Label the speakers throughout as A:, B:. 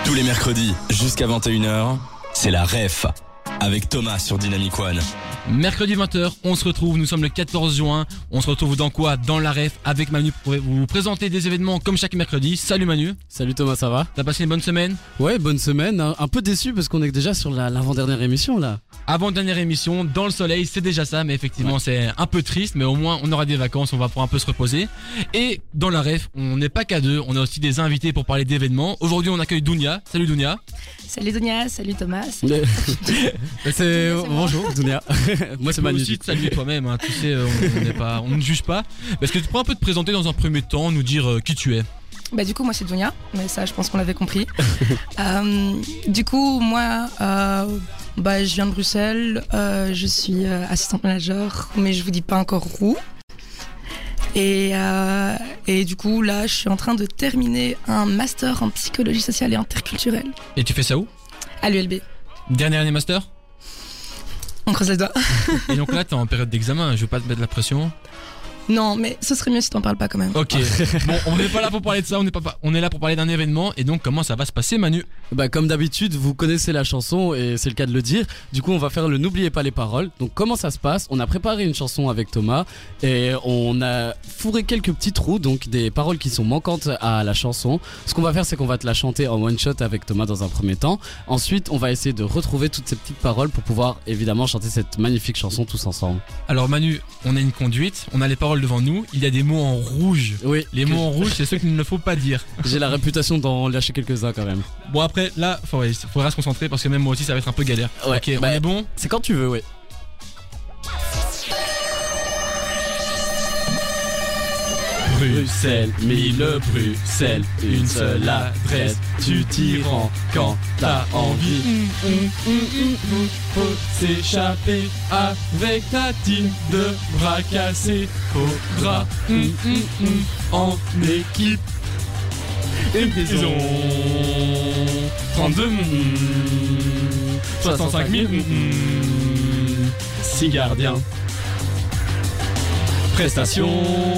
A: Tous les mercredis, jusqu'à 21h, c'est la REF, avec Thomas sur Dynamic One.
B: Mercredi 20h, on se retrouve, nous sommes le 14 juin, on se retrouve dans quoi? Dans la REF, avec Manu pour vous présenter des événements comme chaque mercredi. Salut Manu.
C: Salut Thomas, ça va?
B: T'as passé une bonne semaine?
C: Ouais, bonne semaine, un peu déçu parce qu'on est déjà sur l'avant-dernière émission là.
B: Avant-dernière émission, dans le soleil, c'est déjà ça, mais effectivement c'est un peu triste, mais au moins on aura des vacances, on va pouvoir un peu se reposer. Et dans la REF, on n'est pas qu'à deux, on a aussi des invités pour parler d'événements. Aujourd'hui on accueille Dounia. Salut Dounia.
D: Salut Dounia, salut Thomas.
C: Bonjour Dounia. Moi c'est Manu.
B: Aussi te saluer toi-même, hein, tu sais, on ne juge pas. Est-ce que tu pourrais un peu te présenter dans un premier temps, nous dire qui tu es?
D: Bah du coup moi c'est Dounia, mais ça je pense qu'on l'avait compris. Du coup moi je viens de Bruxelles, je suis assistante manager, mais je vous dis pas encore où. Et du coup là je suis en train de terminer un master en psychologie sociale et interculturelle.
B: Et tu fais ça où?
D: À l'ULB.
B: Dernière année master?
D: On creuse les doigts.
B: Et donc là t'es en période d'examen, je veux pas te mettre la pression.
D: Non, mais ce serait mieux si t'en parles pas quand même.
B: Ok, bon, on n'est pas là pour parler de ça, on est là pour parler d'un événement. Et donc, comment ça va se passer, Manu?
C: Bah, comme d'habitude, vous connaissez la chanson et c'est le cas de le dire. Du coup, on va faire le N'oubliez pas les paroles. Donc, comment ça se passe? On a préparé une chanson avec Thomas et on a fourré quelques petits trous, donc des paroles qui sont manquantes à la chanson. Ce qu'on va faire, c'est qu'on va te la chanter en one shot avec Thomas dans un premier temps. Ensuite, on va essayer de retrouver toutes ces petites paroles pour pouvoir évidemment chanter cette magnifique chanson tous ensemble.
B: Alors, Manu, on a une conduite, on a les paroles devant nous, il y a des mots en rouge.
C: Oui.
B: Les mots en rouge, c'est ceux qu'il ne faut pas dire.
C: J'ai la réputation d'en lâcher quelques-uns quand même.
B: Bon après, là, faudra se concentrer parce que même moi aussi ça va être un peu galère.
C: Ouais.
B: Ok, on est bon?
C: C'est quand tu veux, ouais.
B: Bruxelles,
C: Bruxelles,
B: une seule adresse,
C: tu t'y rends quand
B: t'as envie. Faut s'échapper avec ta team de bras cassés. Faudra en équipe. Une prison 32 65 000 6 gardiens. Prestation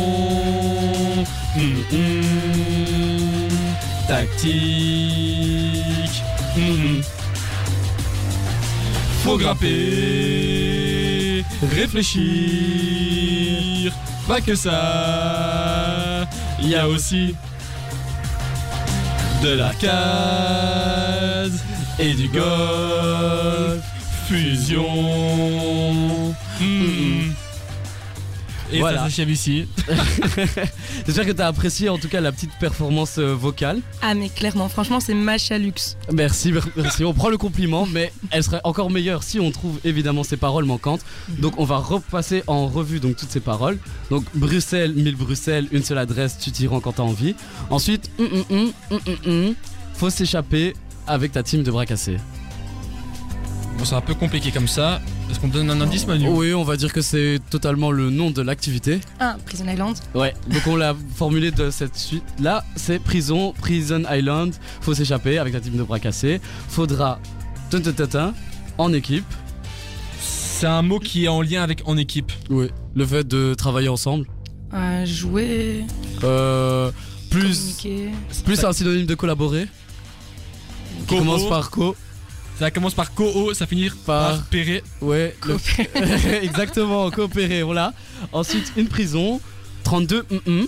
B: tactique. Faut grimper, réfléchir. Pas que ça, y a aussi de l'arcade et du golf. Fusion. Et
C: voilà.
B: Ça s'achève ici.
C: J'espère que t'as apprécié en tout cas la petite performance vocale.
D: Ah mais clairement, franchement c'est Macha Lux.
C: Merci, on prend le compliment, mais elle serait encore meilleure si on trouve évidemment ces paroles manquantes. Donc on va repasser en revue donc toutes ces paroles. Donc Bruxelles, 1000 Bruxelles, une seule adresse, tu t'y rends quand t'as envie. Ensuite, faut s'échapper avec ta team de bras cassés.
B: Bon, c'est un peu compliqué comme ça. Est-ce qu'on donne un indice, Manu?
C: Oui, on va dire que c'est totalement le nom de l'activité.
D: Ah, Prison Island.
C: Ouais, donc on l'a formulé de cette suite. Là, c'est Prison Island. Faut s'échapper avec la team de bras cassés. Faudra en équipe.
B: C'est un mot qui est en lien avec en équipe.
C: Oui, le fait de travailler ensemble.
D: Jouer.
C: Plus un synonyme de collaborer. Qui commence par co.
B: Ça commence par co, ça finit par péré.
C: Ouais, exactement, coopérer, voilà. Ensuite, une prison, 32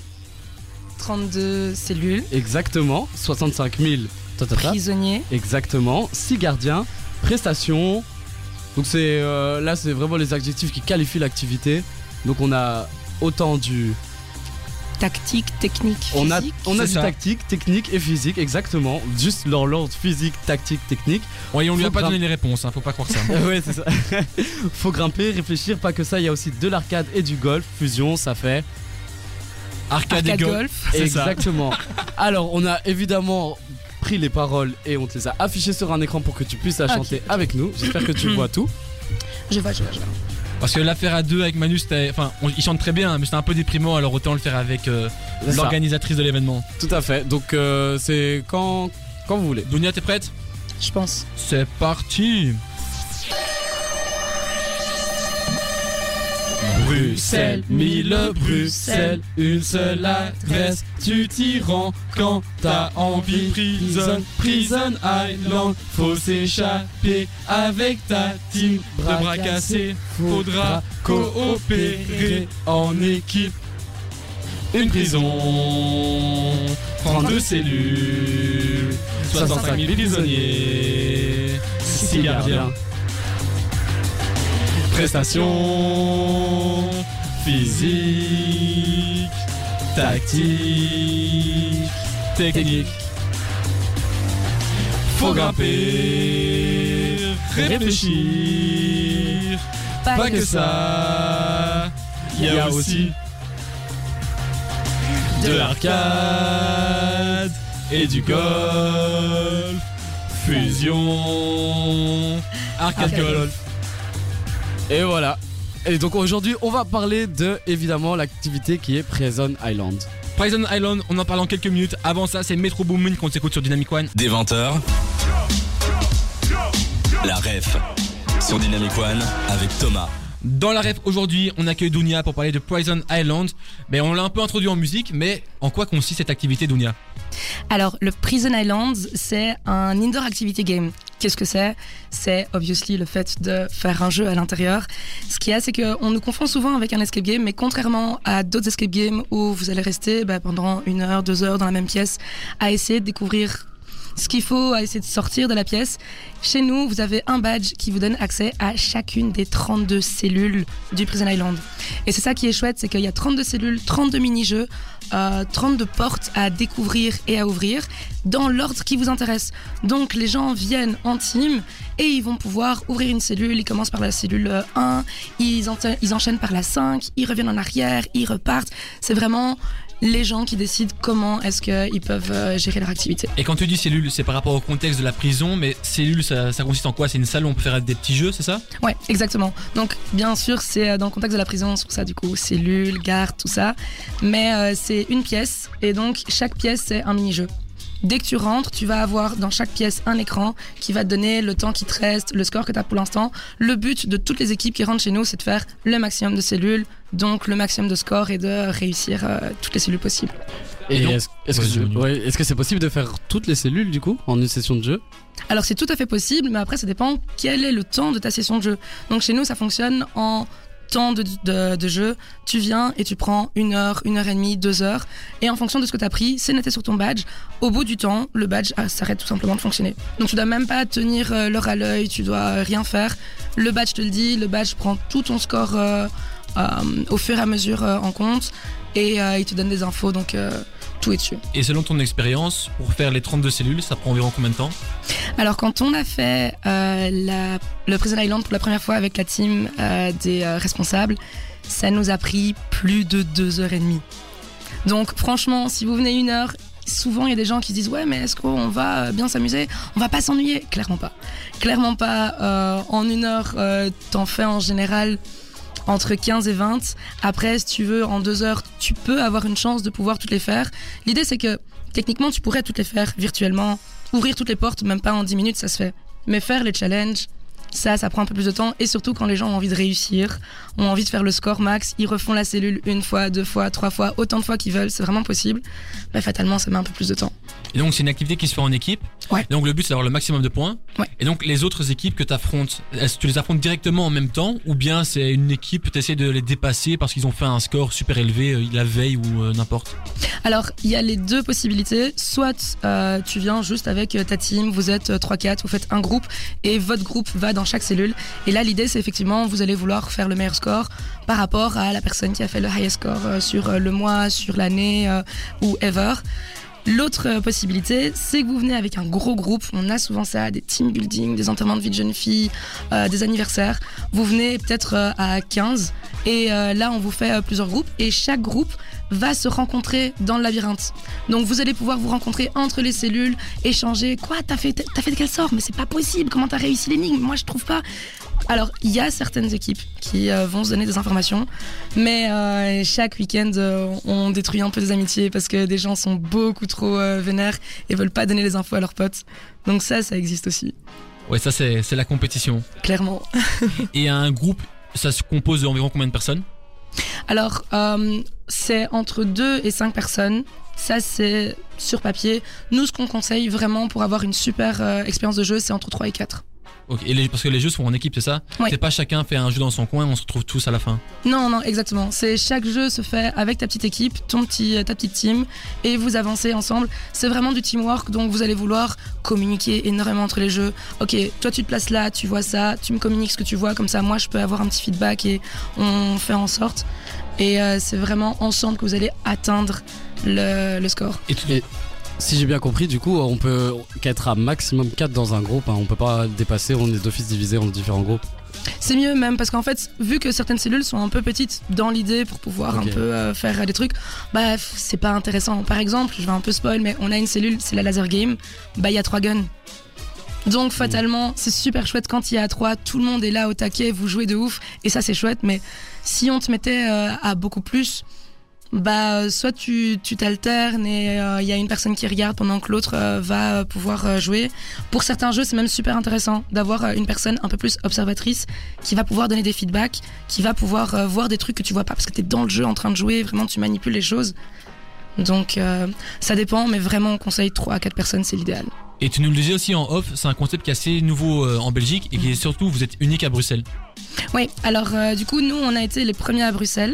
D: 32 cellules.
C: Exactement, 65 000
D: prisonniers.
C: Exactement, 6 gardiens, prestations. Donc c'est là, c'est vraiment les adjectifs qui qualifient l'activité. Donc on a autant du
D: tactique, technique, physique.
C: On a du tactique, technique et physique, exactement. Juste l'ordre physique, tactique, technique.
B: Ouais, on lui a pas donné les réponses, hein, faut pas croire ça.
C: Ouais, c'est ça. Faut grimper, réfléchir, pas que ça, il y a aussi de l'arcade et du golf. Fusion, ça fait
B: arcade et golf.
C: Exactement. Alors, on a évidemment pris les paroles et on te les a affichées sur un écran pour que tu puisses la chanter avec nous. J'espère que tu vois tout.
D: Je vois.
B: Parce que l'affaire à deux avec Manu, c'était, il chante très bien, mais c'était un peu déprimant, alors autant le faire avec l'organisatrice de l'événement.
C: Tout à fait. Donc c'est quand vous voulez.
B: Dounia, t'es prête?
D: Je pense.
B: C'est parti.
C: Bruxelles, 1000 Bruxelles, une seule adresse, tu t'y rends quand t'as envie. Prison Island, faut s'échapper avec ta team. De bras cassés, faudra coopérer en équipe. Une prison, 32 cellules, 65 000 prisonniers, 6 gardiens. Prestations physiques, tactiques, techniques. Faut grimper, réfléchir. Pas que ça, y a aussi de l'arcade et du golf. Fusion, arcade golf. Et voilà. Et donc aujourd'hui, on va parler de, évidemment, l'activité qui est Prison Island.
B: Prison Island, on en parle en quelques minutes. Avant ça, c'est Metro Boomin qu'on s'écoute sur Dynamic One.
A: Des 20h, la ref sur Dynamic One avec Thomas.
B: Dans la ref aujourd'hui, on accueille Dounia pour parler de Prison Island. Mais on l'a un peu introduit en musique, mais en quoi consiste cette activité, Dounia?
D: Alors, le Prison Island, c'est un indoor activity game. Qu'est-ce que c'est? C'est obviously le fait de faire un jeu à l'intérieur. Ce qu'il y a, c'est qu'on nous confond souvent avec un escape game, mais contrairement à d'autres escape games où vous allez rester pendant 1 heure, 2 heures dans la même pièce à essayer de découvrir ce qu'il faut, à essayer de sortir de la pièce. Chez nous, vous avez un badge qui vous donne accès à chacune des 32 cellules du Prison Island. Et c'est ça qui est chouette, c'est qu'il y a 32 cellules, 32 mini-jeux, 32 portes à découvrir et à ouvrir dans l'ordre qui vous intéresse. Donc les gens viennent en team et ils vont pouvoir ouvrir une cellule. Ils commencent par la cellule 1, ils enchaînent par la 5, ils reviennent en arrière, ils repartent. C'est vraiment les gens qui décident comment est-ce qu'ils peuvent gérer leur activité.
B: Et quand tu dis cellule, c'est par rapport au contexte de la prison, mais cellule, ça consiste en quoi? C'est une salle où on peut faire des petits jeux, c'est ça?
D: Ouais, exactement. Donc bien sûr, c'est dans le contexte de la prison, c'est pour ça du coup, cellule, garde, tout ça. Mais c'est une pièce, et donc chaque pièce, c'est un mini-jeu. Dès que tu rentres, tu vas avoir dans chaque pièce un écran qui va te donner le temps qui te reste, le score que tu as pour l'instant. Le but de toutes les équipes qui rentrent chez nous, c'est de faire le maximum de cellules, donc le maximum de score et de réussir toutes les cellules possibles.
C: Et donc, est-ce que c'est possible de faire toutes les cellules du coup en une session de jeu?
D: Alors c'est tout à fait possible, mais après ça dépend quel est le temps de ta session de jeu. Donc chez nous, ça fonctionne en temps de jeu, tu viens et tu prends 1 heure, 1 heure et demie, 2 heures, et en fonction de ce que tu as pris, c'est noté sur ton badge. Au bout du temps, le badge s'arrête tout simplement de fonctionner. Donc tu dois même pas tenir l'heure à l'œil, tu dois rien faire. Le badge te le dit, le badge prend tout ton score au fur et à mesure en compte, et il te donne des infos, donc tout est dessus.
B: Et selon ton expérience, pour faire les 32 cellules, ça prend environ combien de temps?
D: Alors quand on a fait le Prison Island pour la première fois avec la team des responsables, ça nous a pris plus de 2 heures et demie. Donc franchement, si vous venez 1 heure, souvent il y a des gens qui se disent ouais mais est-ce qu'on va bien s'amuser? On va pas s'ennuyer? Clairement pas. Clairement pas. En 1 heure, t'en fais en général entre 15 et 20. Après, si tu veux, en 2 heures, tu peux avoir une chance de pouvoir toutes les faire. L'idée, c'est que, techniquement, tu pourrais toutes les faire virtuellement. Ouvrir toutes les portes, même pas en 10 minutes, ça se fait. Mais faire les challenges, ça prend un peu plus de temps. Et surtout, quand les gens ont envie de réussir, ont envie de faire le score max, ils refont la cellule 1 fois, 2 fois, 3 fois, autant de fois qu'ils veulent, c'est vraiment possible. Bah, fatalement, ça met un peu plus de temps.
B: Et donc, c'est une activité qui se fait en équipe.
D: Ouais.
B: Et donc, le but, c'est d'avoir le maximum de points.
D: Ouais.
B: Et donc, les autres équipes que tu affrontes, est-ce que tu les affrontes directement en même temps? Ou bien c'est une équipe, tu essaies de les dépasser parce qu'ils ont fait un score super élevé la veille ou n'importe?
D: Alors, il y a les deux possibilités. Soit tu viens juste avec ta team, vous êtes 3-4, vous faites un groupe et votre groupe va dans chaque cellule. Et là, l'idée, c'est effectivement, vous allez vouloir faire le meilleur score par rapport à la personne qui a fait le highest score sur le mois, sur l'année ou ever. L'autre possibilité, c'est que vous venez avec un gros groupe. On a souvent ça, des team building, des enterrements de vie de jeunes filles, des anniversaires. Vous venez peut-être à 15 et là, on vous fait plusieurs groupes et chaque groupe va se rencontrer dans le labyrinthe. Donc vous allez pouvoir vous rencontrer entre les cellules, échanger. Quoi, t'as fait quel sort? Mais c'est pas possible. Comment t'as réussi l'énigme? Moi, je trouve pas. Alors, il y a certaines équipes qui vont se donner des informations, mais chaque week-end, on détruit un peu des amitiés parce que des gens sont beaucoup trop vénères et veulent pas donner les infos à leurs potes. Donc ça existe aussi.
B: Ouais, ça c'est la compétition.
D: Clairement.
B: Et un groupe, ça se compose d'environ combien de personnes?
D: Alors, c'est entre 2 et 5 personnes. Ça, c'est sur papier. Nous, ce qu'on conseille vraiment pour avoir une super expérience de jeu, c'est entre 3 et 4.
B: Ok. Parce que les jeux sont en équipe, c'est ça?
D: Oui.
B: C'est pas chacun fait un jeu dans son coin et on se retrouve tous à la fin.
D: Non, exactement. C'est chaque jeu se fait avec ta petite équipe, ta petite team, et vous avancez ensemble. C'est vraiment du teamwork, donc vous allez vouloir communiquer énormément entre les jeux. Ok, toi tu te places là, tu vois ça, tu me communiques ce que tu vois, comme ça moi je peux avoir un petit feedback et on fait en sorte. Et c'est vraiment ensemble que vous allez atteindre le score.
C: Et si j'ai bien compris, du coup, on peut qu'être à maximum 4 dans un groupe. On peut pas dépasser, on est d'office divisé en différents groupes.
D: C'est mieux même parce qu'en fait, vu que certaines cellules sont un peu petites dans l'idée pour pouvoir un peu faire des trucs, bah c'est pas intéressant. Par exemple, je vais un peu spoil, mais on a une cellule, c'est la laser game, bah il y a 3 guns. Donc fatalement, c'est super chouette quand il y a 3, tout le monde est là au taquet, vous jouez de ouf, et ça c'est chouette, mais si on te mettait à beaucoup plus, bah soit tu t'alternes et il y a une personne qui regarde pendant que l'autre va pouvoir jouer. Pour certains jeux, c'est même super intéressant d'avoir une personne un peu plus observatrice qui va pouvoir donner des feedbacks, qui va pouvoir voir des trucs que tu vois pas parce que t'es dans le jeu en train de jouer, vraiment tu manipules les choses. Donc ça dépend, mais vraiment on conseille 3 à 4 personnes, c'est l'idéal.
B: Et tu nous le disais aussi en off, c'est un concept qui est assez nouveau en Belgique et qui est surtout, vous êtes unique à Bruxelles.
D: Oui, alors du coup nous on a été les premiers à Bruxelles.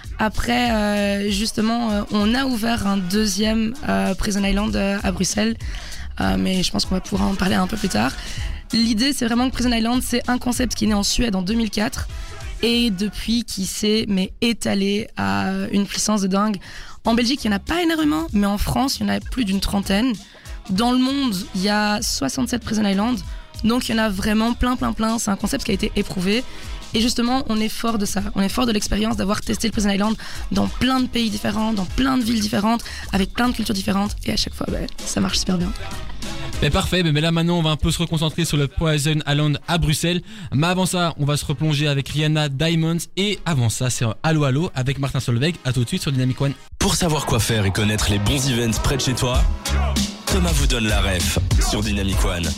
D: Après, justement, on a ouvert un deuxième Prison Island à Bruxelles, mais je pense qu'on va pouvoir en parler un peu plus tard. L'idée, c'est vraiment que Prison Island, c'est un concept qui est né en Suède en 2004 et depuis qui s'est étalé à une puissance de dingue. En Belgique, il n'y en a pas énormément, mais en France, il y en a plus d'une trentaine. Dans le monde, il y a 67 Prison Island, donc il y en a vraiment plein. C'est un concept qui a été éprouvé. Et justement, on est fort de ça. On est fort de l'expérience d'avoir testé le Prison Island dans plein de pays différents, dans plein de villes différentes, avec plein de cultures différentes. Et à chaque fois, ça marche super bien.
B: Mais parfait, mais là maintenant on va un peu se reconcentrer sur le Prison Island à Bruxelles. Mais avant ça, on va se replonger avec Rihanna Diamonds. Et avant ça, c'est Allo Allo avec Martin Solveig. À tout de suite sur Dynamic One.
A: Pour savoir quoi faire et connaître les bons events près de chez toi, Thomas vous donne la ref sur Dynamic One.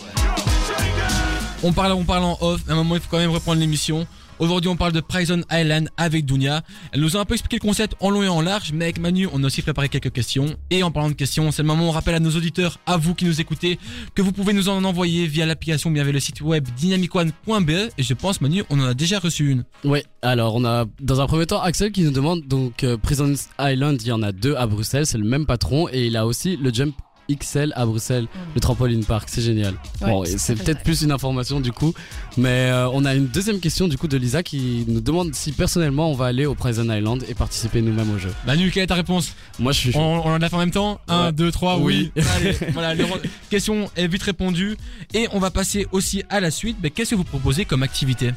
B: On parle en off, à un moment il faut quand même reprendre l'émission. Aujourd'hui on parle de Prison Island avec Dounia. Elle nous a un peu expliqué le concept en long et en large, mais avec Manu on a aussi préparé quelques questions. Et en parlant de questions, c'est le moment où on rappelle à nos auditeurs, à vous qui nous écoutez, que vous pouvez nous en envoyer via l'application ou bien via le site web dynamicone.be. Et je pense Manu, on en a déjà reçu une.
C: Ouais, alors on a dans un premier temps Axel qui nous demande, donc Prison Island, il y en a 2 à Bruxelles, c'est le même patron et il a aussi le Jump XL à Bruxelles, le trampoline park, c'est génial.
D: Ouais,
C: bon, c'est peut-être plus une information du coup, mais on a une deuxième question du coup de Lisa qui nous demande si personnellement on va aller au Prison Island et participer nous-mêmes au jeu.
B: Manu, quelle est ta réponse?
C: Moi je suis chaud.
B: On en a fait en même temps. 1, 2, 3, oui.
C: Oui.
B: Allez, voilà, question est vite répondue. Et on va passer aussi à la suite. Mais qu'est-ce que vous proposez comme activité?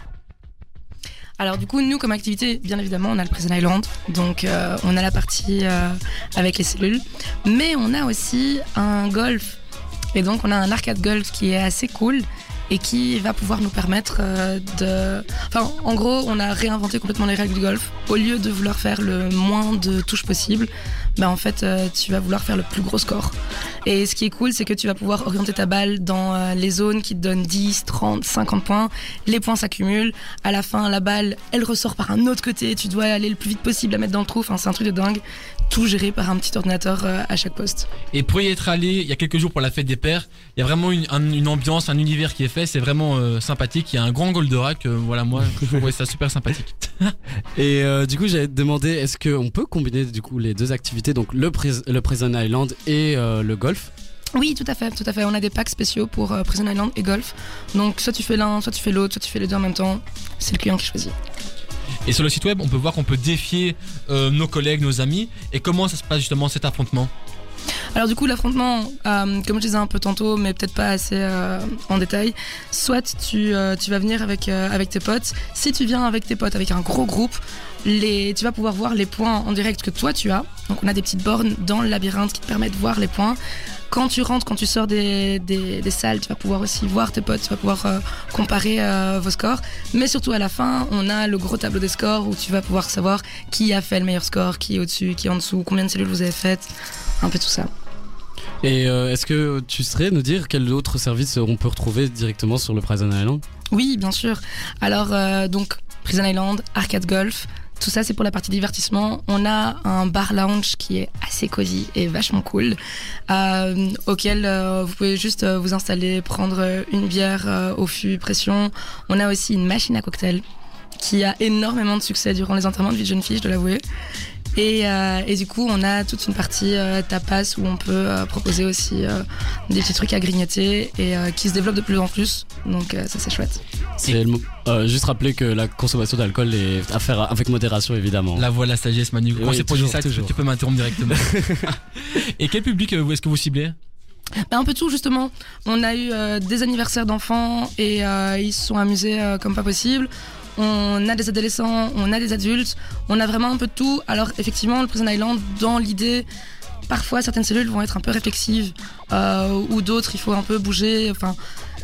D: Alors du coup, nous comme activité, bien évidemment, on a le Prison Island, donc on a la partie avec les cellules, mais on a aussi un golf, et donc on a un arcade golf qui est assez cool et qui va pouvoir nous permettre Enfin, en gros, on a réinventé complètement les règles du golf. Au lieu de vouloir faire le moins de touches possible, en fait, tu vas vouloir faire le plus gros score. Et ce qui est cool, c'est que tu vas pouvoir orienter ta balle dans les zones qui te donnent 10, 30, 50 points. Les points s'accumulent. À la fin, la balle, elle ressort par un autre côté. Tu dois aller le plus vite possible, la mettre dans le trou. Enfin, c'est un truc de dingue. Tout géré par un petit ordinateur à chaque poste.
B: Et pour y être allé il y a quelques jours pour la fête des pères, il y a vraiment une ambiance, un univers qui est fait, c'est vraiment sympathique. Il y a un grand Goldorak, voilà, moi je trouvais ça super sympathique.
C: Et du coup j'allais te demander, est-ce qu'on peut combiner du coup les deux activités, donc le Prison Island et le golf?
D: Oui, tout à fait. On a des packs spéciaux pour Prison Island et golf. Donc soit tu fais l'un, soit tu fais l'autre, soit tu fais les deux en même temps. C'est le client qui choisit.
B: Et sur le site web, on peut voir qu'on peut défier nos collègues, nos amis. Et comment ça se passe justement cet affrontement?
D: Alors du coup l'affrontement, comme je disais un peu tantôt, mais peut-être pas assez en détail, soit tu vas venir avec tes potes. Si tu viens avec tes potes, avec un gros groupe, tu vas pouvoir voir les points en direct que toi tu as. Donc on a des petites bornes dans le labyrinthe qui te permettent de voir les points. Quand tu rentres, quand tu sors des salles, tu vas pouvoir aussi voir tes potes, tu vas pouvoir comparer vos scores. Mais surtout à la fin, on a le gros tableau des scores où tu vas pouvoir savoir qui a fait le meilleur score, qui est au-dessus, qui est en dessous, combien de cellules vous avez faites, un peu tout ça.
C: Et est-ce que tu saurais nous dire quel autre service on peut retrouver directement sur le Prison Island?
D: Oui, bien sûr. Alors donc Prison Island, Arcade Golf, tout ça c'est pour la partie divertissement. On a un bar lounge qui est assez cosy et vachement cool, auquel vous pouvez juste vous installer, prendre une bière au fût pression. On a aussi une machine à cocktail qui a énormément de succès durant les enterrements de vie de jeune fille, je dois l'avouer. Et du coup, on a toute une partie tapas où on peut proposer aussi des petits trucs à grignoter et qui se développent de plus en plus. Donc ça, c'est chouette.
C: Juste rappeler que la consommation d'alcool est à faire avec modération, évidemment.
B: La voix, la sagesse, Manu. Quand
C: Oui,
B: c'est produit ça,
C: toujours.
B: tu peux m'interrompre directement. Et quel public est-ce que vous ciblez?
D: Un peu tout, justement. On a eu des anniversaires d'enfants et ils se sont amusés comme pas possible. On a des adolescents, on a des adultes, on a vraiment un peu de tout. Alors effectivement, le Prison Island, dans l'idée, parfois certaines cellules vont être un peu réflexives ou d'autres, il faut un peu bouger. Enfin,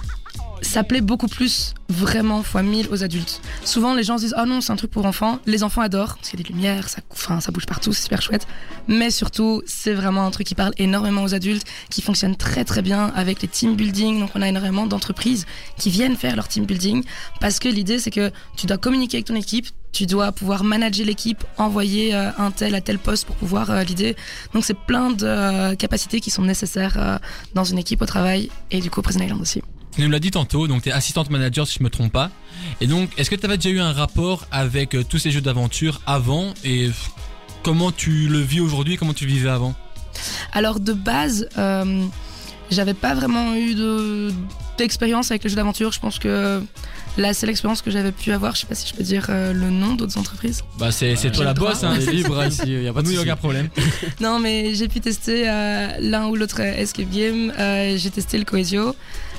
D: ça plaît beaucoup plus vraiment fois 1000 aux adultes. Souvent les gens se disent « Ah non, c'est un truc pour enfants ». Les enfants adorent, parce qu'il y a des lumières, ça bouge partout, c'est super chouette. Mais surtout, c'est vraiment un truc qui parle énormément aux adultes, qui fonctionne très très bien avec les team building. Donc on a énormément d'entreprises qui viennent faire leur team building, parce que l'idée c'est que tu dois communiquer avec ton équipe, tu dois pouvoir manager l'équipe, envoyer un tel à tel poste pour pouvoir l'idée. Donc c'est plein de capacités qui sont nécessaires dans une équipe au travail, et du coup Prison Island aussi.
B: Tu nous l'as dit tantôt, donc tu es assistante manager si je me trompe pas. Et donc, est-ce que tu avais déjà eu un rapport avec tous ces jeux d'aventure avant et comment tu le vis aujourd'hui et comment tu le vivais avant?
D: Alors de base, j'avais pas vraiment eu d'expérience avec les jeux d'aventure. Je pense que la seule expérience que j'avais pu avoir, je sais pas si je peux dire le nom d'autres entreprises.
B: Bah c'est toi la boss, hein.
C: C'est libre ici, y a pas de
B: Nous,
C: souci.
B: aucun problème.
D: Non, mais j'ai pu tester l'un ou l'autre escape game. J'ai testé le Coesio.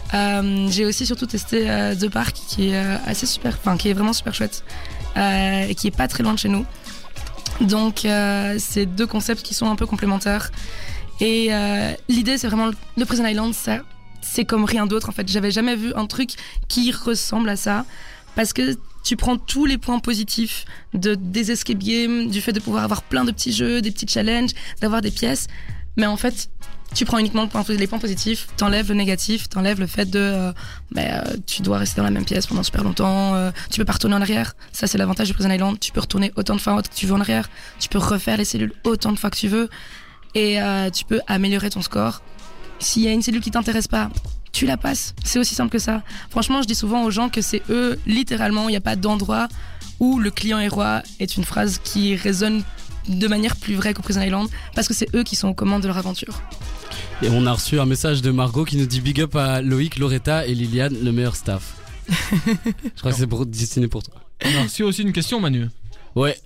D: J'ai aussi surtout testé The Park, qui est assez super, enfin qui est vraiment super chouette et qui est pas très loin de chez nous. Donc c'est deux concepts qui sont un peu complémentaires. Et l'idée, c'est vraiment le Prison Island, ça, c'est comme rien d'autre en fait. J'avais jamais vu un truc qui ressemble à ça, parce que tu prends tous les points positifs des escape games, du fait de pouvoir avoir plein de petits jeux, des petits challenges, d'avoir des pièces, mais en fait tu prends uniquement les points positifs, t'enlèves le négatif, t'enlèves le fait de tu dois rester dans la même pièce pendant super longtemps, tu peux pas retourner en arrière. Ça, c'est l'avantage du Prison Island, tu peux retourner autant de fois que tu veux en arrière, tu peux refaire les cellules autant de fois que tu veux, et tu peux améliorer ton score. S'il y a une cellule qui t'intéresse pas, tu la passes, c'est aussi simple que ça. Franchement, je dis souvent aux gens que c'est eux, littéralement, il n'y a pas d'endroit où le client est roi est une phrase qui résonne de manière plus vraie qu'au Prison Island, parce que c'est eux qui sont aux commandes de leur aventure.
C: Et on a reçu un message de Margot qui nous dit big up à Loïc, Loretta et Liliane, le meilleur staff. Je crois que c'est destiné pour toi.
B: On a reçu aussi une question, Manu.
C: Ouais,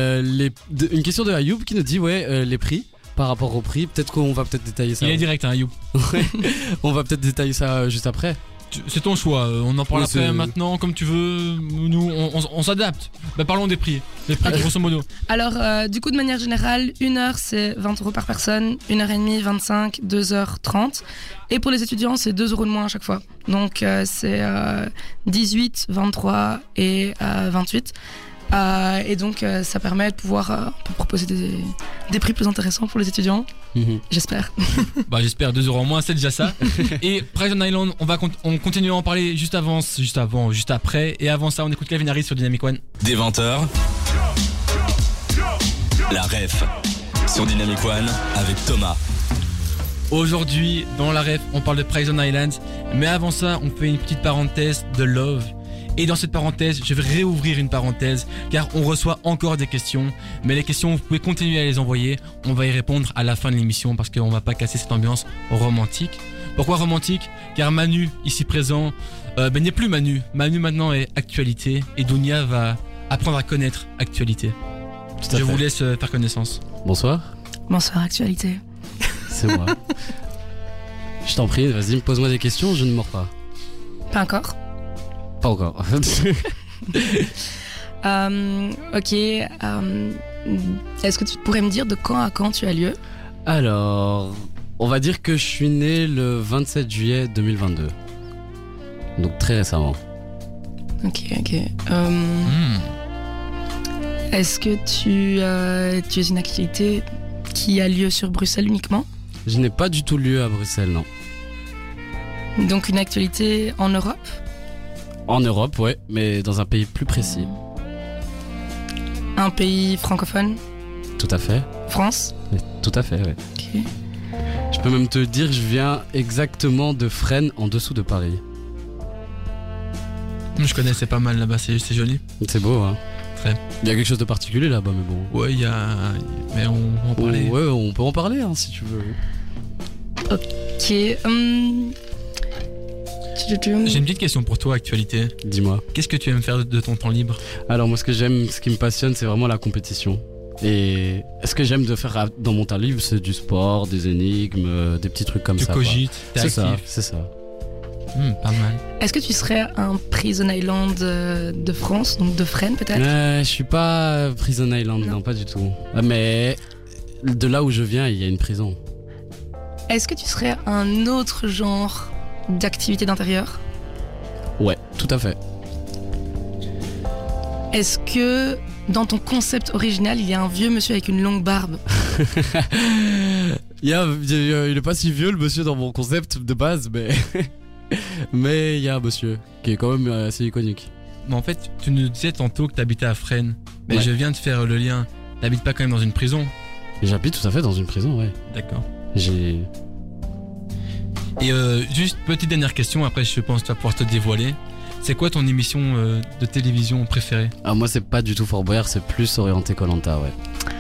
C: une question de Ayoub qui nous dit les prix. Par rapport au prix, peut-être qu'on va détailler ça.
B: Il est direct, hein, Ayoub.
C: Ouais, on va peut-être détailler ça juste après.
B: C'est ton choix, on en parle
C: Ouais,
B: après,
C: c'est-
B: maintenant, comme tu veux. Nous, on s'adapte. Bah, parlons des prix. Les prix, grosso modo.
D: Alors, du coup, de manière générale, 1 heure, c'est 20 € par personne, 1 heure et demie, 25, 2 heures 30. Et pour les étudiants, c'est 2 € de moins à chaque fois. Donc, c'est 18, 23 et 28. Et donc, ça permet de pouvoir proposer des prix plus intéressants pour les étudiants, j'espère.
B: Bah, j'espère 2 € en moins, c'est déjà ça. Et Prison Island, on continue à en parler juste après. Et avant ça, on écoute Calvin Harris sur Dynamic One.
A: Des 20h, la ref sur Dynamic One avec Thomas.
B: Aujourd'hui, dans la ref, on parle de Prison Island. Mais avant ça, on fait une petite parenthèse de Love. Et dans cette parenthèse, je vais réouvrir une parenthèse, car on reçoit encore des questions. Mais les questions, vous pouvez continuer à les envoyer. On va y répondre à la fin de l'émission, parce qu'on va pas casser cette ambiance romantique. Pourquoi romantique? Car Manu, ici présent, n'est plus Manu. Manu maintenant est actualité, et Dounia va apprendre à connaître actualité.
C: Tout à
B: Je
C: fait.
B: vous laisse faire connaissance.
C: Bonsoir,
D: Bonsoir, actualité.
C: c'est moi. Je t'en prie, vas-y, pose-moi des questions, je ne mords pas.
D: Pas encore.
C: Pas encore.
D: Ok. Est-ce que tu pourrais me dire de quand à quand tu as lieu?
C: Alors, on va dire que je suis né le 27 juillet 2022. Donc très récemment.
D: Ok. Est-ce que tu es une activité qui a lieu sur Bruxelles uniquement?
C: Je n'ai pas du tout lieu à Bruxelles, non.
D: Donc une actualité en Europe?
C: En Europe, ouais, mais dans un pays plus précis.
D: un pays francophone.
C: Tout à fait.
D: France.
C: Tout à fait, ouais.
D: Ok.
C: Je peux même te dire que je viens exactement de Fresnes, en dessous de Paris.
B: Je connaissais pas mal là-bas, c'est joli.
C: C'est beau, hein.
B: Très.
C: Il y a quelque chose de particulier là-bas, mais bon.
B: Ouais, il y a. Mais on va en parler.
C: Ouais, on peut en parler, hein, si tu veux.
D: Ok.
B: J'ai une petite question pour toi, actualité.
C: Dis-moi.
B: Qu'est-ce que tu aimes faire de ton temps libre?
C: Alors moi, ce que j'aime, ce qui me passionne, c'est vraiment la compétition. Et ce que j'aime de faire dans mon temps libre, c'est du sport, des énigmes, des petits trucs comme
B: Tu
C: ça.
B: cogites, t'es
C: C'est
B: actif.
C: ça, c'est ça.
B: Pas mal.
D: Est-ce que tu serais un Prison Island de France, donc de Fresnes peut-être?
C: Je suis pas Prison Island, non, pas du tout. Mais de là où je viens, il y a une prison.
D: Est-ce que tu serais un autre genre d'activité d'intérieur?
C: Ouais, tout à fait.
D: Est-ce que dans ton concept original, il y a un vieux monsieur avec une longue barbe?
C: Il est pas si vieux le monsieur dans mon concept de base, mais mais il y a un monsieur qui est quand même assez iconique.
B: Mais en fait, tu nous disais tantôt que t'habitais à Fresnes. Mais
C: Ouais.
B: je viens de faire le lien. T'habites pas quand même dans une prison?
C: Et j'habite tout à fait dans une prison, ouais.
B: D'accord.
C: J'ai...
B: Et juste petite dernière question, après je pense que tu vas pouvoir te dévoiler. C'est quoi ton émission de télévision préférée?
C: Ah, moi c'est pas du tout Fort Boyard, c'est plus orienté Koh-Lanta, ouais.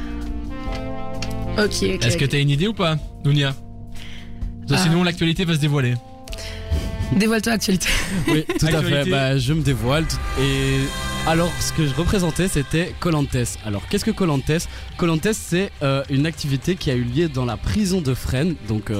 D: Ok.
B: Est-ce que t'as une idée ou pas, Dounia? Sinon l'actualité va se dévoiler.
D: Dévoile-toi l'actualité.
C: Oui, tout à fait.
B: Actualité.
C: Bah, je me dévoile. Et alors, ce que je représentais, c'était Koh-Lantes. Alors, qu'est-ce que Koh-Lantes? Koh-Lantes, c'est une activité qui a eu lieu dans la prison de Fresnes, donc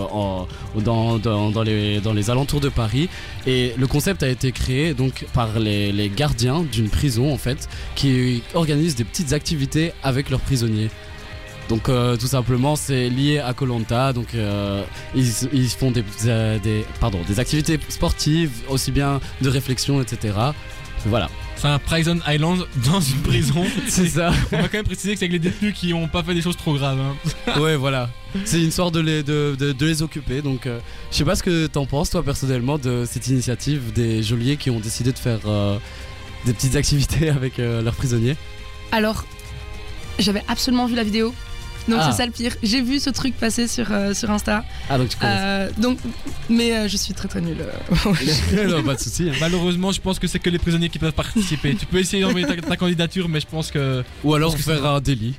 C: dans les alentours de Paris. Et le concept a été créé donc par les gardiens d'une prison, en fait, qui organisent des petites activités avec leurs prisonniers. Donc tout simplement c'est lié à Koh-Lanta, donc ils font des activités sportives, aussi bien de réflexion, etc. Voilà.
B: C'est un Prison Island dans une prison.
C: C'est ça.
B: On va quand même préciser que c'est avec les détenus qui ont pas fait des choses trop graves. Hein.
C: Ouais, voilà. C'est une histoire de les occuper. Donc je sais pas ce que t'en penses toi personnellement de cette initiative des geôliers qui ont décidé de faire des petites activités avec leurs prisonniers.
D: Alors, j'avais absolument vu la vidéo. Donc
C: Ah.
D: c'est ça le pire. J'ai vu ce truc passer sur Insta.
C: Ah donc tu connais.
D: Mais je suis très très nulle.
C: Non, pas de souci. Hein.
B: Malheureusement, je pense que c'est que les prisonniers qui peuvent participer. Tu peux essayer d'envoyer ta candidature, mais je pense que.
C: Ou alors
B: Parce que
C: faire un délit.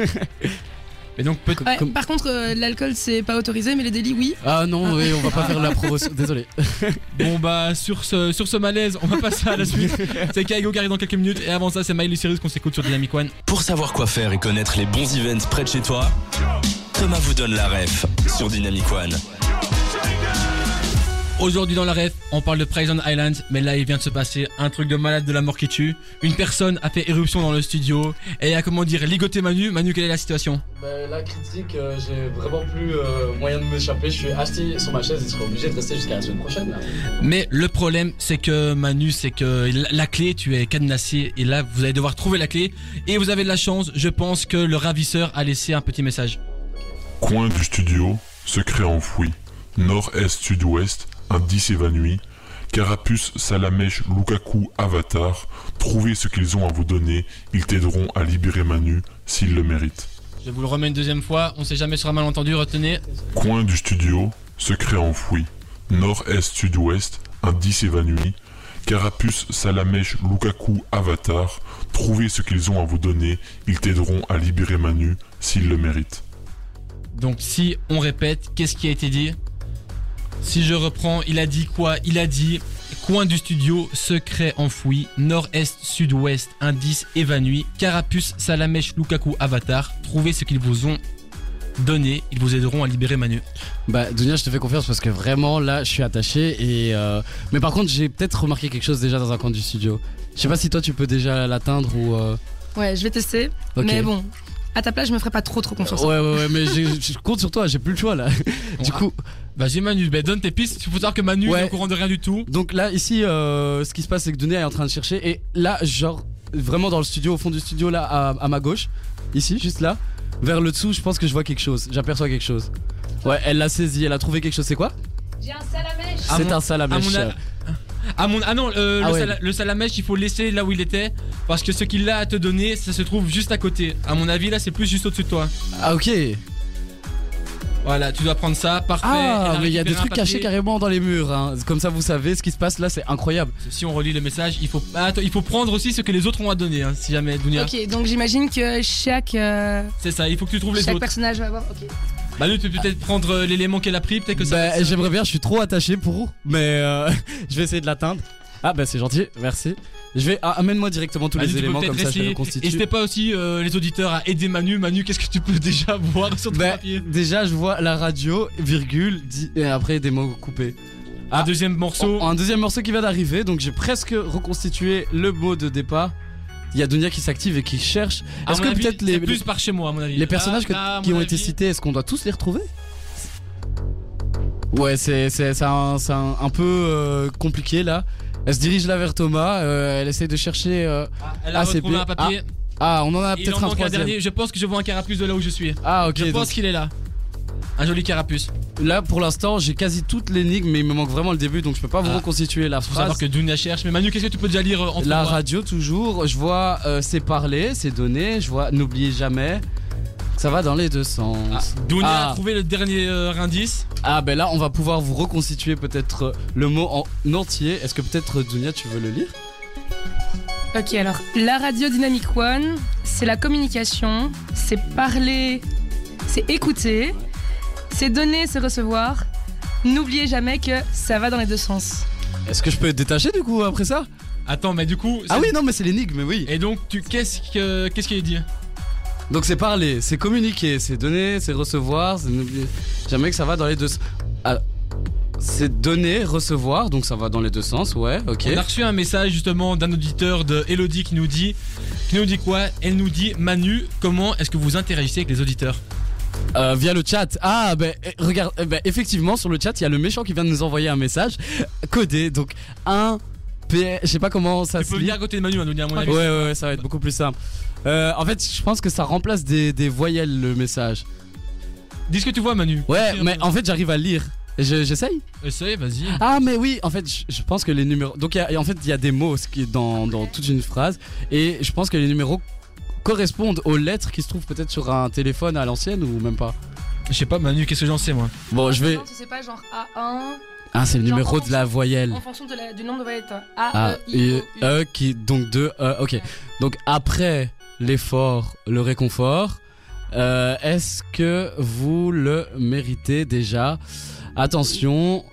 B: Mais donc peut
D: Ouais, par contre, l'alcool c'est pas autorisé, mais les délits oui.
C: Ah non, oui, on va pas faire la promotion. Désolé.
B: Bon bah sur ce malaise, on va passer à la suite. C'est Kaigo qui arrive dans quelques minutes et avant ça c'est Miley Cyrus qu'on s'écoute sur Dynamic One.
A: Pour savoir quoi faire et connaître les bons events près de chez toi, Thomas vous donne la ref sur Dynamic One.
B: Aujourd'hui dans la ref, on parle de Prison Island, mais là il vient de se passer un truc de malade de la mort qui tue. Une personne a fait éruption dans le studio et a comment dire ligoté Manu. Manu, quelle est la situation?
C: La critique, j'ai vraiment plus moyen de m'échapper. Je suis assis sur ma chaise et je serai obligé de rester jusqu'à la semaine prochaine. Là.
B: Mais le problème c'est que Manu, c'est que la clé, tu es cadenassé et là vous allez devoir trouver la clé et vous avez de la chance, je pense que le ravisseur a laissé un petit message.
E: Coin du studio, secret enfoui. Nord-est, sud-ouest, indice évanoui. Carapuce, Salamèche, Lukaku, Avatar. Trouvez ce qu'ils ont à vous donner. Ils t'aideront à libérer Manu s'ils le méritent.
B: Je vous le remets une deuxième fois, on sait jamais sur un malentendu, retenez.
E: Coin du studio, secret enfoui. Nord-est, sud-ouest, indice évanoui. Carapuce, Salamèche, Lukaku, Avatar. Trouvez ce qu'ils ont à vous donner. Ils t'aideront à libérer Manu s'ils le méritent.
B: Donc si on répète, qu'est-ce qui a été dit? Si je reprends, il a dit quoi? Il a dit coin du studio, secret enfoui, nord-est, sud-ouest, indice évanoui, carapuce, Salamèche, Lukaku, Avatar. Trouvez ce qu'ils vous ont donné, ils vous aideront à libérer Manu.
C: Bah Dounia, je te fais confiance parce que vraiment là je suis attaché et mais par contre j'ai peut-être remarqué quelque chose déjà dans un coin du studio. Je sais pas si toi tu peux déjà l'atteindre ou
D: Ouais, je vais tester.
C: Ok.
D: Mais bon, à ta place, je me ferai pas trop confiance.
C: Ouais, mais je compte sur toi, j'ai plus le choix là. Du coup,
B: Vas-y Manu, bah, donne tes pistes, il faut savoir que Manu
C: Ouais.
B: est au courant de rien du tout.
C: donc là ici ce qui se passe c'est que Dounia est en train de chercher et là genre vraiment dans le studio, au fond du studio là à ma gauche, ici juste là, vers le dessous je pense que je vois quelque chose, j'aperçois quelque chose. Ouais, elle l'a saisi, elle a trouvé quelque chose, c'est quoi?
F: J'ai un salamèche.
B: À
C: C'est
B: mon-
C: un salamèche.
B: Ah non,
C: Ah ouais.
B: le salamèche, il faut le laisser là où il était. Parce que ce qu'il a à te donner, ça se trouve juste à côté. À mon avis, là, c'est plus juste au-dessus de toi.
C: Ah ok.
B: Voilà, tu dois prendre ça, parfait.
C: Ah,
B: Elle
C: mais il y a des
B: récupéré
C: trucs
B: un
C: cachés
B: papier.
C: carrément dans les murs. Hein. Comme ça, vous savez ce qui se passe là, c'est incroyable.
B: Si on relit le message, il faut. Ah, attends, il faut prendre aussi ce que les autres ont à donner, hein, si jamais, Dounia.
D: Ok, donc j'imagine que chaque
B: C'est ça, il faut que tu trouves les autres.
D: personnage va avoir. Ok.
B: Manu, tu peux peut-être prendre l'élément qu'elle a pris, peut-être que ça.
C: Bah, j'aimerais bien, je suis trop attaché pour, mais je vais essayer de l'atteindre. Ah bah c'est gentil, merci. Je vais amène-moi directement tous
B: Manu,
C: les
B: tu peux
C: éléments
B: peut-être
C: comme ça je
B: essayer.
C: reconstitue.
B: N'hésitez pas aussi les auditeurs à aider Manu. Manu, qu'est-ce que tu peux déjà voir sur ton
C: Bah,
B: papier?
C: déjà je vois la radio, virgule, et après des mots coupés.
B: Un deuxième morceau.
C: Un deuxième morceau qui vient d'arriver, donc j'ai presque reconstitué le mot de départ. Il y a Dunia qui s'active et qui cherche.
B: À
C: Est-ce
B: mon
C: que
B: avis,
C: peut-être
B: c'est plus par chez moi, à mon avis.
C: les personnages
B: Là, à
C: qui
B: mon
C: ont été
B: avis,
C: cités, est-ce qu'on doit tous les retrouver? Ouais, c'est un peu compliqué là. Elle se dirige là vers Thomas, elle essaie de chercher.
B: Elle a
C: Ah, c'est
B: retrouvé
C: bien.
B: un papier.
C: Ah, on en a
B: Il en
C: peut-être un
B: manque un
C: troisième.
B: dernier. Je pense que je vois un carapuce de là où je suis.
C: Ah, ok.
B: Je
C: donc
B: pense qu'il est là. Un joli carapuce.
C: là, pour l'instant, j'ai quasi toute l'énigme, mais il me manque vraiment le début, donc je peux pas vous
B: Ah.
C: reconstituer la
B: Faut savoir
C: phrase.
B: que Dunia cherche. Mais Manu, qu'est-ce que tu peux déjà lire entre
C: La
B: moi
C: radio, toujours. Je vois c'est parler, c'est donner. Je vois n'oubliez jamais. Ça va dans les deux sens.
B: Dunia
C: Ah.
B: a trouvé le dernier indice.
C: Ah, ben là, on va pouvoir vous reconstituer peut-être le mot en entier. Est-ce que peut-être, Dunia, tu veux le lire?
D: Ok, alors la radio Dynamic One, c'est la communication, c'est parler, c'est écouter, c'est donner, c'est recevoir. N'oubliez jamais que ça va dans les deux sens.
C: Est-ce que je peux être détaché du coup après ça?
B: Attends, mais du coup.
C: Ah
B: c'est-
C: oui, non, mais c'est l'énigme, oui.
B: Et donc, qu'est-ce qu'il est dit?
C: Donc c'est parler, c'est communiquer, c'est donner, c'est recevoir, c'est n'oublier jamais que ça va dans les deux sens. Ah, c'est donner, recevoir, donc ça va dans les deux sens, ouais, ok.
B: On a reçu un message justement d'un auditeur de Elodie qui nous dit quoi? Elle nous dit Manu, comment est-ce que vous interagissez avec les auditeurs?
C: Via le chat. Ah, ben regarde, effectivement sur le chat il y a le méchant qui vient de nous envoyer un message codé, donc un P, je sais pas comment ça
B: Tu
C: se
B: peux
C: lit.
B: venir à côté de Manu, Manu, à mon avis.
C: Ouais, ça va être beaucoup plus simple. En fait, je pense que ça remplace des voyelles le message.
B: Dis ce que tu vois, Manu.
C: Ouais,
B: Dis-le.
C: mais en fait, j'arrive à le lire. J'essaye.
B: Essaye, vas-y.
C: Ah, mais oui, en fait, je pense que les numéros. Donc, en fait, il y a des mots ce qui est dans toute une phrase. Et je pense que les numéros correspondent aux lettres qui se trouvent peut-être sur un téléphone à l'ancienne ou même pas.
B: Je sais pas, Manu, qu'est-ce que j'en sais, moi?
C: Bon, je vais.
D: Non, tu sais pas, genre A1,
C: Ah, c'est le
D: Genre,
C: numéro
D: en
C: de la voyelle.
D: en fonction du nombre de voyelles.
C: Ah,
D: A, E, I,
C: et
D: O, U.
C: E qui. Donc, deux E. Ok. Donc, après l'effort, le réconfort. Est-ce que vous le méritez déjà? Attention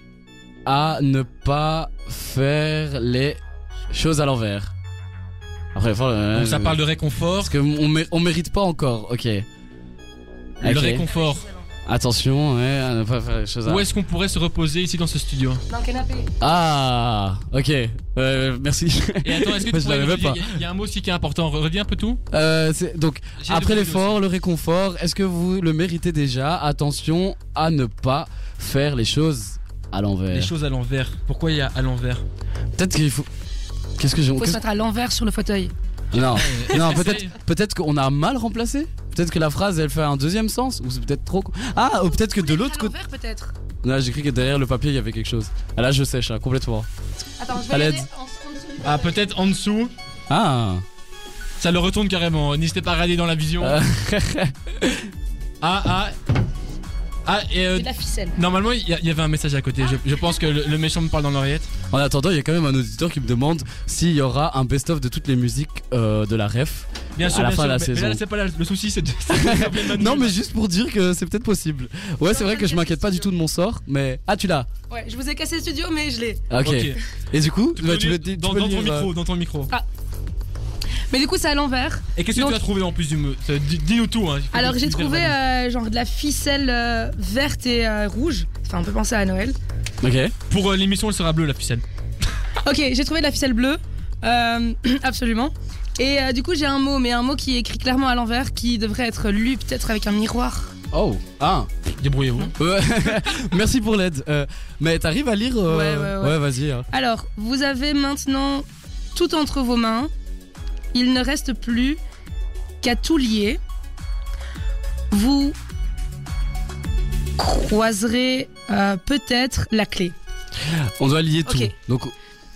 C: à ne pas faire les choses à l'envers. Après,
B: Donc ça parle de réconfort.
C: parce que on mérite pas encore. Ok.
B: Le
C: Ok.
B: réconfort.
C: Attention, ouais, à ne pas faire les choses à.
B: Où est-ce qu'on pourrait se reposer ici dans ce studio?
D: Dans le canapé.
C: Ah, ok. Merci.
B: Et attends, est-ce que
C: Moi,
B: tu
C: je
B: pourrais
C: l'avais
B: redire-
C: pas.
B: il y a un mot aussi qui est important. Redis un peu tout.
C: Donc
B: J'ai
C: après
B: le
C: l'effort, le réconfort, est-ce que vous le méritez déjà? Attention à ne pas faire les choses à l'envers.
B: Les choses à l'envers. Pourquoi il y a à l'envers?
C: Peut-être qu'il faut. Qu'est-ce que j'ai.
D: Faut se mettre à l'envers sur le fauteuil.
C: Non, non,
B: Essaye.
C: peut-être qu'on a mal remplacé. Peut-être que la phrase elle fait un deuxième sens ou c'est peut-être trop. Ah, ou peut-être que de l'autre
D: À
C: côté.
D: l'envers peut-être.
C: Non, j'ai cru que derrière le papier il y avait quelque chose. Ah là je sèche hein, complètement.
D: Attends, je vais
C: À
D: aller
C: l'aide.
D: en dessous du
B: Ah,
D: fauteuil.
B: peut-être en dessous.
C: Ah.
B: Ça le retourne carrément. N'hésitez pas à regarder dans la vision. Ah, et
D: C'est de la ficelle.
B: normalement, il y avait un message à côté. Je pense que le méchant me parle dans l'oreillette.
C: En attendant, il y a quand même un auditeur qui me demande s'il y aura un best-of de toutes les musiques de la ref.
B: Bien sûr,
C: À la
B: bien
C: fin
B: sûr.
C: de la
B: Mais
C: saison.
B: là, c'est pas là. Le souci, c'est de Manu.
C: Non, mais juste pour dire que c'est peut-être possible. Ouais, c'est vrai que je m'inquiète pas du tout de mon sort, mais. Ah, tu l'as.
D: Ouais, je vous ai cassé le studio, mais je l'ai.
C: Ok.
B: Ok.
C: Et du coup,
B: Tu
C: bah,
B: peux
C: tu
B: lire
C: veux tu
B: dans
C: peux
B: ton
C: lire,
B: micro, dans ton micro.
D: Mais du coup, c'est à l'envers.
B: Et qu'est-ce que
D: Donc-
B: tu as trouvé en plus du mot? Dis-nous tout. Hein. Il faut
D: Alors,
B: que tu
D: j'ai
B: dises
D: trouvé
B: vraiment.
D: genre de la ficelle verte et rouge. Enfin, on peut penser à Noël.
C: Ok.
B: Pour l'émission, elle sera bleue, la ficelle.
D: Ok, j'ai trouvé de la ficelle bleue. Absolument. Et du coup, j'ai un mot, mais un mot qui est écrit clairement à l'envers, qui devrait être lu peut-être avec un miroir.
C: Oh. Ah.
B: Débrouillez-vous.
C: Ouais. Merci pour l'aide. Mais t'arrives à lire
D: Ouais.
C: vas-y. Hein.
D: Alors, vous avez maintenant tout entre vos mains. Il ne reste plus qu'à tout lier. Vous croiserez peut-être la clé.
C: On doit lier tout.
D: Ok.
C: Donc,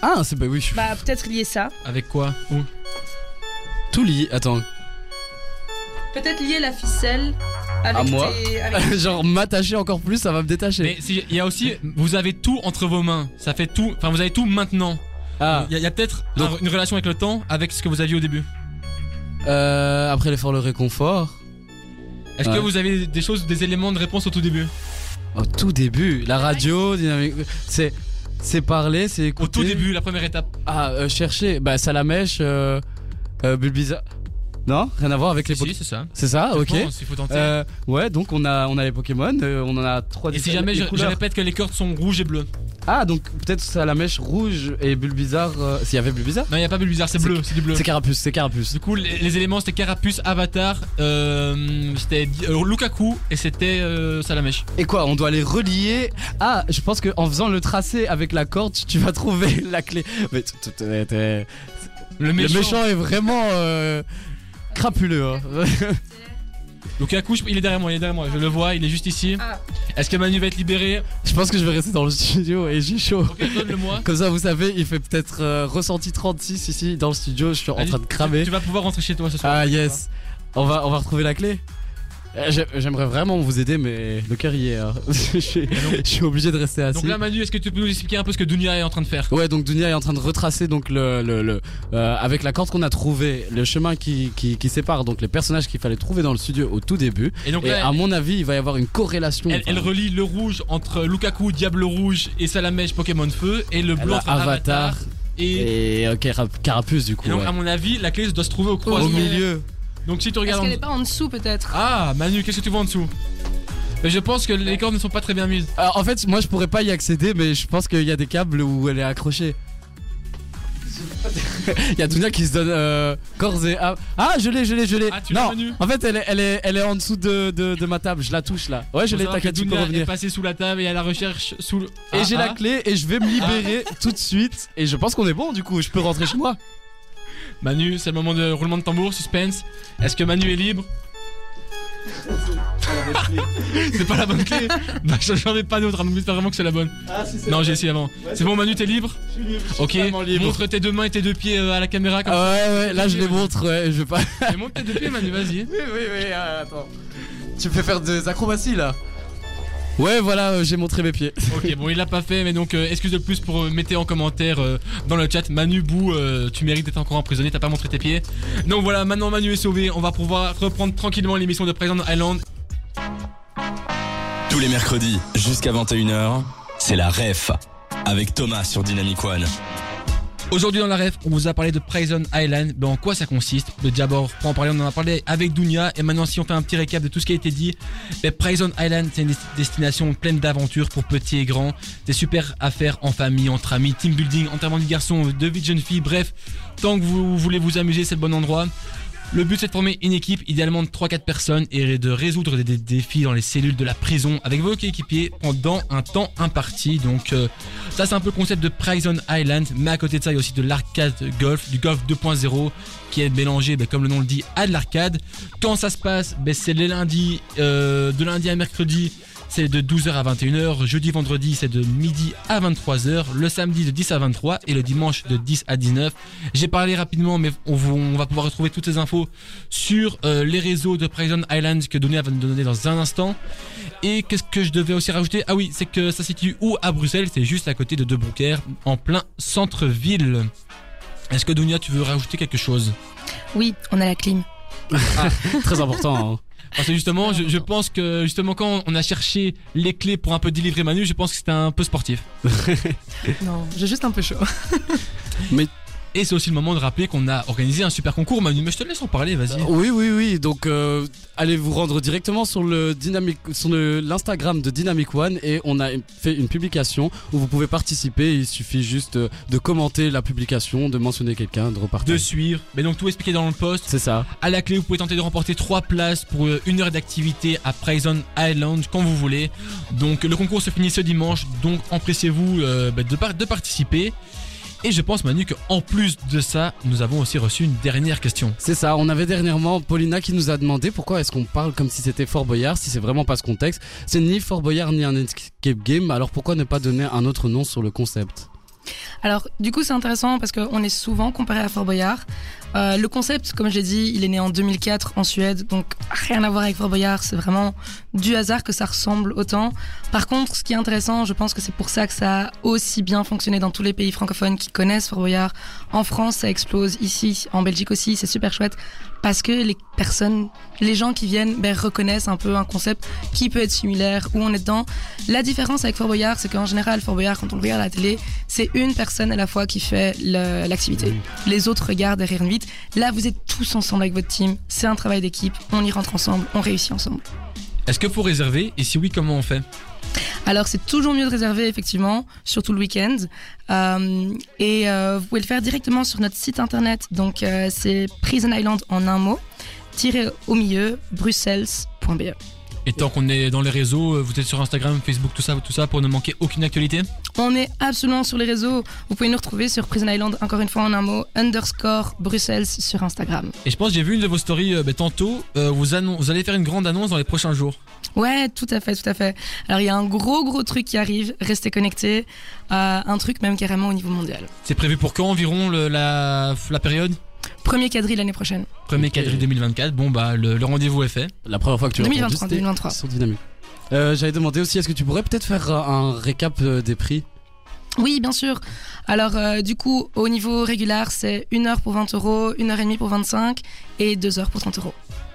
C: Ah, c'est bah oui, je suis
D: Bah, peut-être lier ça.
B: Avec quoi? Où?
C: tout lié. Attends,
D: Peut-être lier la ficelle avec
C: moi
D: avec-
C: genre m'attacher encore plus, ça va me détacher.
B: Mais il y a aussi, vous avez tout entre vos mains. Ça fait tout, enfin vous avez tout maintenant.
C: Ah,
B: Il y a peut-être
C: Donc-
B: une relation avec le temps, avec ce que vous aviez au début.
C: après l'effort, le réconfort.
B: Est-ce que
C: Ouais.
B: vous avez des choses, des éléments de réponse au tout début?
C: Au tout début, la radio, dynamique, c'est parler, c'est écouter.
B: Au tout début, la première étape.
C: Ah, chercher, bah Salamèche, Bulbisa. Non, rien à voir avec les
B: Si,
C: Pokémon.
B: c'est ça.
C: C'est ça,
B: Je
C: ok.
B: pense, il faut tenter.
C: Ouais, donc on a les Pokémon, on en a 3
B: Et si jamais je répète que les cordes sont rouges et bleues.
C: Ah, donc peut-être Salamèche rouge et Bulbizarre. S'il y avait Bulbizarre.
B: Non, il y a pas Bulbizarre, c'est bleu, c'est du bleu.
C: C'est Carapuce.
B: Du coup, les éléments c'était Carapuce, Avatar, c'était Lukaku et c'était Salamèche.
C: Et quoi, on doit les relier. Ah, je pense qu'en faisant le tracé avec la corde, tu vas trouver la clé. Mais
B: Le
C: le
B: méchant.
C: méchant est vraiment crapuleux. Hein.
B: Lukaku, il est derrière moi, je le vois, il est juste ici.
D: Ah.
B: Est-ce que Manu va être libéré?
C: Je pense que je vais rester dans le studio et j'ai chaud.
B: Ok, donne-le moi.
C: Comme ça, vous savez, il fait peut-être ressenti 36 ici dans le studio. Je suis en train de cramer.
B: Tu vas pouvoir rentrer chez toi ce soir.
C: Ah yes. On va retrouver la clé. J'aimerais vraiment vous aider, mais le cœur y est. Hein. je suis obligé de rester assis.
B: Donc là, Manu, est-ce que tu peux nous expliquer un peu ce que Dunia est en train de faire?
C: Ouais, donc Dunia est en train de retracer donc avec la corde qu'on a trouvée, le chemin qui sépare donc les personnages qu'il fallait trouver dans le studio au tout début.
B: Et donc
C: Et
B: là,
C: à mon avis, il va y avoir une corrélation.
B: elle relie le rouge entre Lukaku, Diable Rouge et Salamèche, Pokémon Feu, et le bleu
C: a
B: entre Avatar et.
C: et Carapuce du coup.
B: Et donc,
C: ouais.
B: à mon avis, la clé doit se trouver au
C: Au
B: croisement.
C: milieu.
B: Donc, si tu
D: Est-ce
B: regardes.
D: qu'elle est pas en dessous peut-être?
B: Ah, Manu, qu'est-ce que tu vois en dessous? Je pense que les cordes ne sont pas très bien mises.
C: Alors, en fait, moi je pourrais pas y accéder, mais je pense qu'il y a des câbles où elle est accrochée. Il y a Dunia qui se donne corps et âme. Ah, je l'ai.
B: Ah, tu l'as,
C: Non,
B: Manu?
C: en fait, elle est en dessous de ma table. Je la touche là. Ouais, je
B: Faut
C: l'ai.
B: savoir que
C: T'inquiète, tu peux
B: Dunia est
C: revenir.
B: passé sous la table et à la recherche sous le.
C: Et j'ai la clé et je vais me libérer tout de suite. Et je pense qu'on est bon du coup. Je peux rentrer chez moi.
B: Manu, c'est le moment de roulement de tambour, suspense. Est-ce que Manu est libre? C'est pas la bonne clé. Bah, j'en ai pas d'autre, hein, donc j'espère vraiment que c'est la bonne.
C: Ah, si,
B: Non, j'ai essayé avant. C'est bon, Manu, t'es libre? Ok,
C: libre.
B: montre tes deux mains et tes deux pieds à la caméra comme
C: Ah ouais, là je les montre. Ouais, je vais pas.
B: ça. Et montre tes deux pieds, Manu, vas-y.
C: Oui, attends. Tu me fais faire des acrobaties là. Ouais, voilà, j'ai montré mes pieds.
B: Ok, bon, il l'a pas fait, mais donc, excuse de plus pour mettez en commentaire dans le chat. Manu Bou, tu mérites d'être encore emprisonné, t'as pas montré tes pieds. Donc voilà, maintenant Manu est sauvé, on va pouvoir reprendre tranquillement l'émission de Present Island.
A: Tous les mercredis, jusqu'à 21h, c'est la REF, avec Thomas sur Dynamic One.
B: Aujourd'hui dans la ref, on vous a parlé de Prison Island. Ben en quoi ça consiste? D'abord, pour en parler, on en a parlé avec Dunia. Et maintenant, si on fait un petit récap de tout ce qui a été dit, ben Prison Island, c'est une destination pleine d'aventures pour petits et grands. Des super affaires en famille, entre amis, team building, enterrement de garçons, de vie de jeunes filles. Bref, tant que vous voulez vous amuser, c'est le bon endroit. Le but c'est de former une équipe, idéalement de 3-4 personnes, et de résoudre des défis dans les cellules de la prison avec vos coéquipiers pendant un temps imparti. Donc ça c'est un peu le concept de Prison Island, mais à côté de ça il y a aussi de l'arcade golf, du golf 2.0 qui est mélangé, comme le nom le dit, à de l'arcade. Quand ça se passe, c'est les lundis, de lundi à mercredi. C'est de 12h à 21h, jeudi, vendredi c'est de midi à 23h, le samedi de 10 à 23 et le dimanche de 10 à 19. J'ai parlé rapidement mais on va pouvoir retrouver toutes ces infos sur les réseaux de Prison Island que Dunia va nous donner dans un instant. Et qu'est-ce que je devais aussi rajouter? Ah oui, c'est que ça se situe où à Bruxelles? C'est juste à côté de De Broecker, en plein centre-ville. Est-ce que Dunia tu veux rajouter quelque chose?
D: Oui, on a la clim.
C: Très important. Hein.
B: Parce que justement, je pense que justement quand on a cherché les clés pour un peu délivrer Manu, je pense que c'était un peu sportif.
D: Non, j'ai juste un peu chaud.
B: Et c'est aussi le moment de rappeler qu'on a organisé un super concours, Manu, mais je te laisse en parler, vas-y.
C: Oui. Donc, allez vous rendre directement sur l'Instagram de Dynamic One et on a fait une publication où vous pouvez participer. Il suffit juste de commenter la publication, de mentionner quelqu'un, de repartager.
B: De suivre, mais donc tout expliqué dans le post.
C: C'est ça.
B: À la clé, vous pouvez tenter de remporter 3 places pour 1 heure d'activité à Prison Island quand vous voulez. Donc le concours se finit ce dimanche, donc empressez-vous de participer. Et je pense Manu qu'en plus de ça, nous avons aussi reçu une dernière question.
C: C'est ça, on avait dernièrement Paulina qui nous a demandé pourquoi est-ce qu'on parle comme si c'était Fort Boyard, si c'est vraiment pas ce contexte. C'est ni Fort Boyard ni un escape game, alors pourquoi ne pas donner un autre nom sur le concept?
D: Alors, du coup, c'est intéressant parce qu'on est souvent comparé à Fort Boyard. Le concept, comme je l'ai dit, il est né en 2004 en Suède, donc rien à voir avec Fort Boyard, c'est vraiment du hasard que ça ressemble autant. Par contre, ce qui est intéressant, je pense que c'est pour ça que ça a aussi bien fonctionné dans tous les pays francophones qui connaissent Fort Boyard. En France, ça explose, ici, en Belgique aussi, c'est super chouette, parce que les gens qui viennent reconnaissent un peu un concept qui peut être similaire, où on est dedans. La différence avec Fort Boyard, c'est qu'en général, Fort Boyard, quand on le regarde à la télé, c'est une personne à la fois qui fait l'activité. Les autres regardent derrière une vitre. Là, vous êtes tous ensemble avec votre team. C'est un travail d'équipe. On y rentre ensemble. On réussit ensemble.
B: Est-ce qu'il faut réserver? Et si oui, comment on fait?
D: Alors, c'est toujours mieux de réserver, effectivement, surtout le week-end. Vous pouvez le faire directement sur notre site internet. Donc, c'est Prison Island en un mot, tiré au milieu, bruxelles.be.
B: Et tant qu'on est dans les réseaux, vous êtes sur Instagram, Facebook, tout ça, pour ne manquer aucune actualité?
D: On est absolument sur les réseaux. Vous pouvez nous retrouver sur Prison Island, encore une fois en un mot, _Bruxelles sur Instagram.
B: Et je pense que j'ai vu une de vos stories tantôt, vous allez faire une grande annonce dans les prochains jours.
D: Ouais, tout à fait. Alors il y a un gros truc qui arrive, restez connectés, un truc même carrément au niveau mondial.
B: C'est prévu pour quand environ la période?
D: Premier quadrille l'année prochaine.
B: Premier quadrille 2024, bon bah le rendez-vous est fait.
C: La première fois que tu l'as entendu,
D: 2023.
C: sur Dynamique. J'avais demandé aussi, est-ce que tu pourrais peut-être faire un récap des prix?
D: Oui, bien sûr. Alors, du coup, au niveau régulier, c'est 1 heure pour 20 €, 1 heure et demie pour 25 et 2 heures pour 30 €.